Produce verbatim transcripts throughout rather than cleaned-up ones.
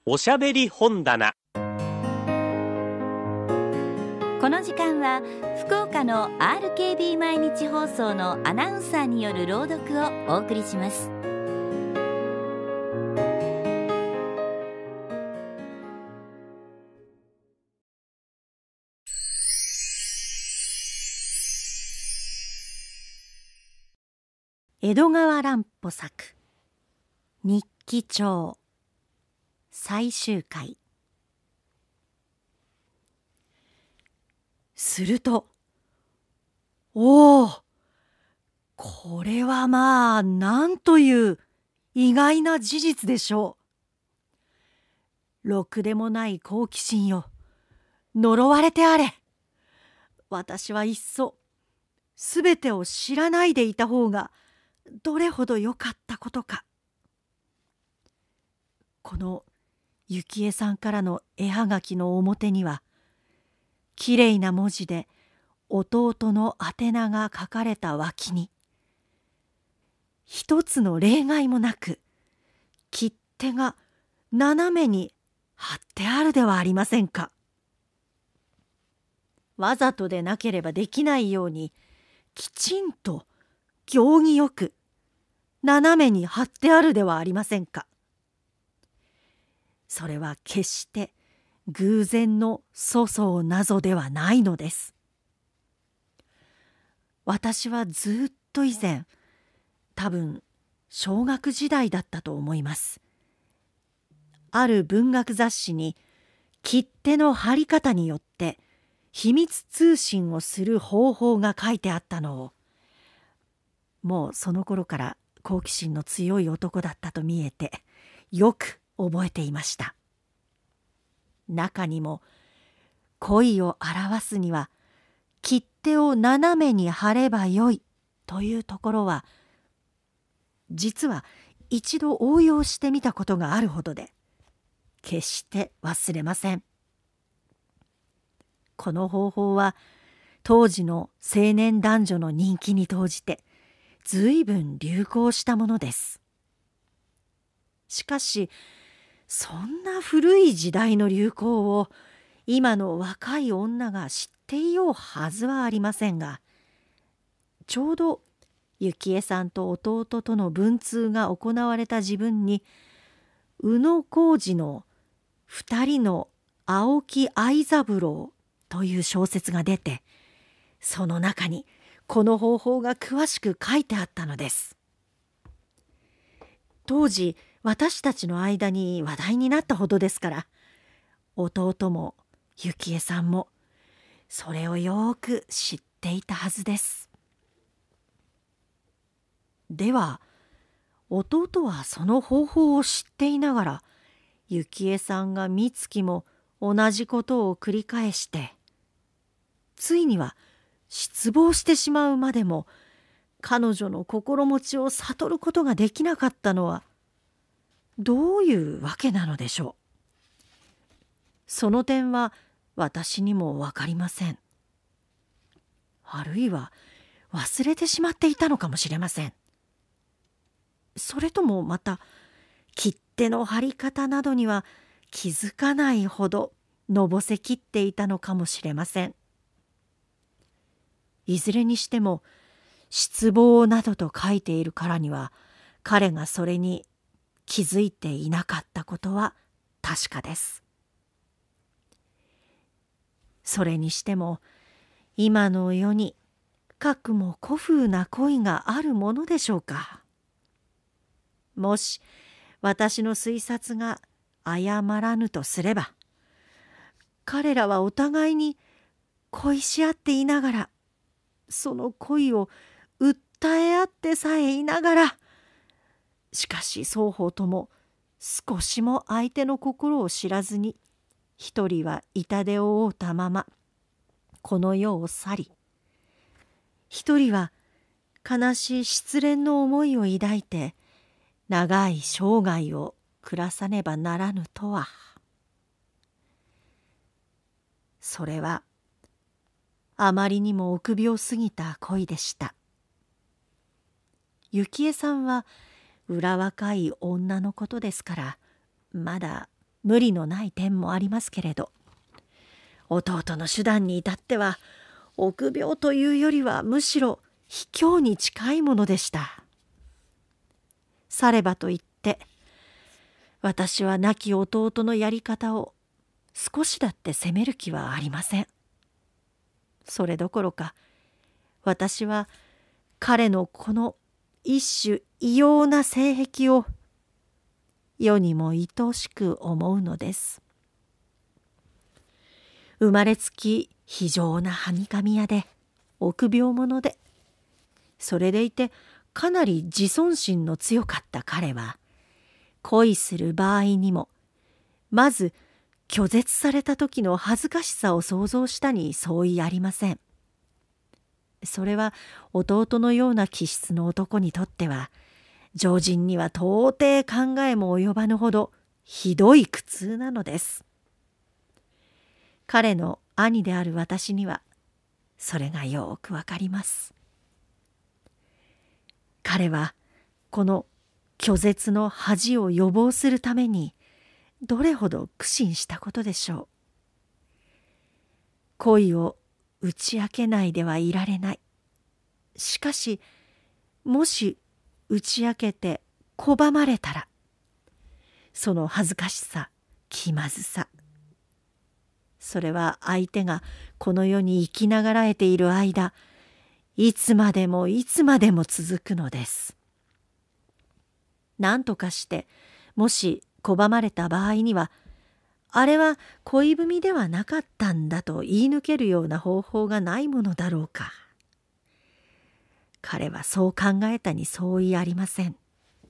おしゃべり本棚。 この時間は福岡の アールケービー 毎日放送のアナウンサーによる朗読をお送りします。江戸川乱歩作日記帳最終回。すると、おお、これはまあなんという意外な事実でしょう。ろくでもない好奇心よ、呪われてあれ。私はいっそすべてを知らないでいた方がどれほどよかったことか。この幸恵さんからの絵はがきの表には、きれいな文字で弟の宛名が書かれた脇に、一つの例外もなく切手が斜めに貼ってあるではありませんか。わざとでなければできないように、きちんと行儀よく斜めに貼ってあるではありませんか。それは決して偶然の粗相なぞではないのです。私はずっと以前、多分小学時代だったと思います。ある文学雑誌に切手の貼り方によって秘密通信をする方法が書いてあったのを、もうその頃から好奇心の強い男だったと見えてよく覚えていました。中にも恋を表すには切手を斜めに貼ればよいというところは、実は一度応用してみたことがあるほどで、決して忘れません。この方法は当時の青年男女の人気に投じてずいぶん流行したものです。しかしそんな古い時代の流行を今の若い女が知っていようはずはありませんが、ちょうど幸恵さんと弟との文通が行われた時分に、宇野浩二の二人の青木愛三郎という小説が出て、その中にこの方法が詳しく書いてあったのです。当時私たちの間に話題になったほどですから、弟も幸恵さんもそれをよく知っていたはずです。では弟はその方法を知っていながら、幸恵さんが三月も同じことを繰り返して、ついには失望してしまうまでも彼女の心持ちを悟ることができなかったのはどういうわけなのでしょう。その点は私にもわかりません。あるいは忘れてしまっていたのかもしれません。それともまた切手の貼り方などには気づかないほどのぼせきっていたのかもしれません。いずれにしても失望などと書いているからには、彼がそれに気づいていなかったことは確かです。それにしても今の世にかくも古風な恋があるものでしょうか。もし私の推察が誤らぬとすれば、彼らはお互いに恋し合っていながら、その恋を訴え合ってさえいながら、しかし双方とも少しも相手の心を知らずに、一人は痛手を負うたままこの世を去り、一人は悲しい失恋の思いを抱いて長い生涯を暮らさねばならぬとは。それはあまりにも臆病すぎた恋でした。幸恵さんは裏若い女のことですから、まだ無理のない点もありますけれど、弟の手段に至っては臆病というよりはむしろ卑怯に近いものでした。さればと言って私は亡き弟のやり方を少しだって責める気はありません。それどころか私は彼のこの一種異様な性癖を世にも愛おしく思うのです。生まれつき非常なはにかみ屋で臆病者で、それでいてかなり自尊心の強かった彼は、恋する場合にもまず拒絶された時の恥ずかしさを想像したに相違ありません。それは弟のような気質の男にとっては常人には到底考えも及ばぬほどひどい苦痛なのです。彼の兄である私にはそれがよくわかります。彼はこの拒絶の恥を予防するためにどれほど苦心したことでしょう。恋を打ち明けないではいられない。しかしもし打ち明けて拒まれたら、その恥ずかしさ、気まずさ、それは相手がこの世に生きながらえている間、いつまでもいつまでも続くのです。何とかしてもし拒まれた場合には、あれは恋文ではなかったんだと言い抜けるような方法がないものだろうか。彼はそう考えたに相違ありません。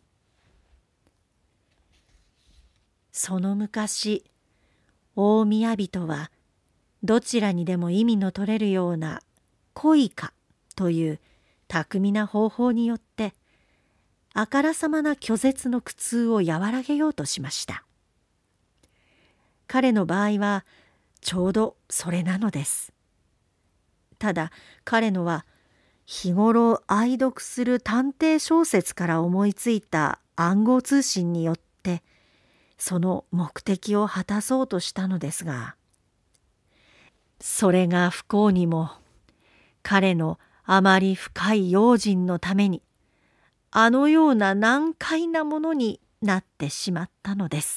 その昔、大宮人はどちらにでも意味の取れるような恋歌という巧みな方法によってあからさまな拒絶の苦痛を和らげようとしました。彼の場合はちょうどそれなのです。ただ彼のは日頃愛読する探偵小説から思いついた暗号通信によってその目的を果たそうとしたのですが、それが不幸にも彼のあまり深い用心のためにあのような難解なものになってしまったのです。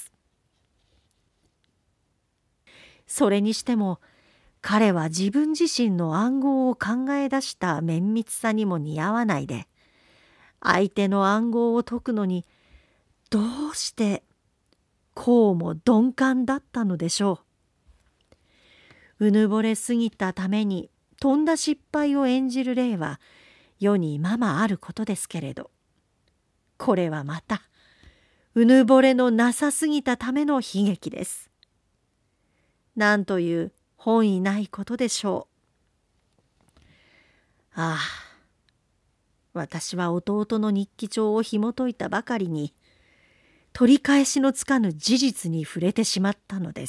それにしても彼は自分自身の暗号を考え出した綿密さにも似合わないで、相手の暗号を解くのにどうしてこうも鈍感だったのでしょう。うぬぼれすぎたためにとんだ失敗を演じる例は世にままあることですけれど、これはまたうぬぼれのなさすぎたための悲劇です。なんという本意ないことでしょう。ああ、私は弟の日記帳を紐解いたばかりに取り返しのつかぬ事実に触れてしまったのです。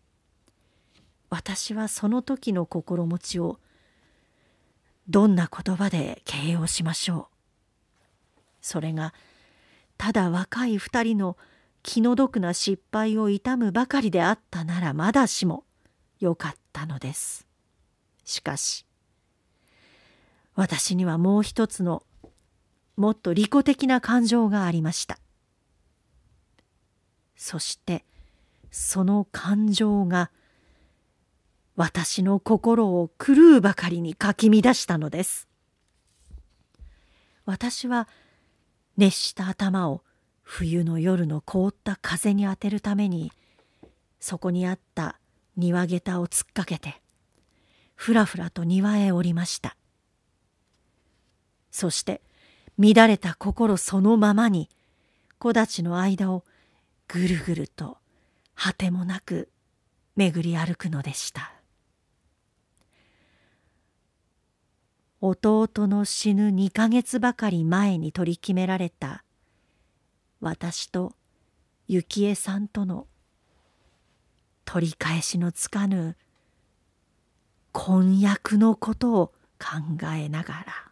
私はその時の心持ちをどんな言葉で形容しましょう。それがただ若い二人の気の毒な失敗を悼むばかりであったならまだしもよかったのです。しかし私にはもう一つのもっと利己的な感情がありました。そしてその感情が私の心を狂うばかりにかき乱したのです。私は熱した頭を冬の夜の凍った風に当てるためにそこにあった庭下駄を突っかけてふらふらと庭へ降りました。そして乱れた心そのままに木立の間をぐるぐると果てもなく巡り歩くのでした。弟の死ぬにかげつばかり前に取り決められた私と幸恵さんとの取り返しのつかぬ婚約のことを考えながら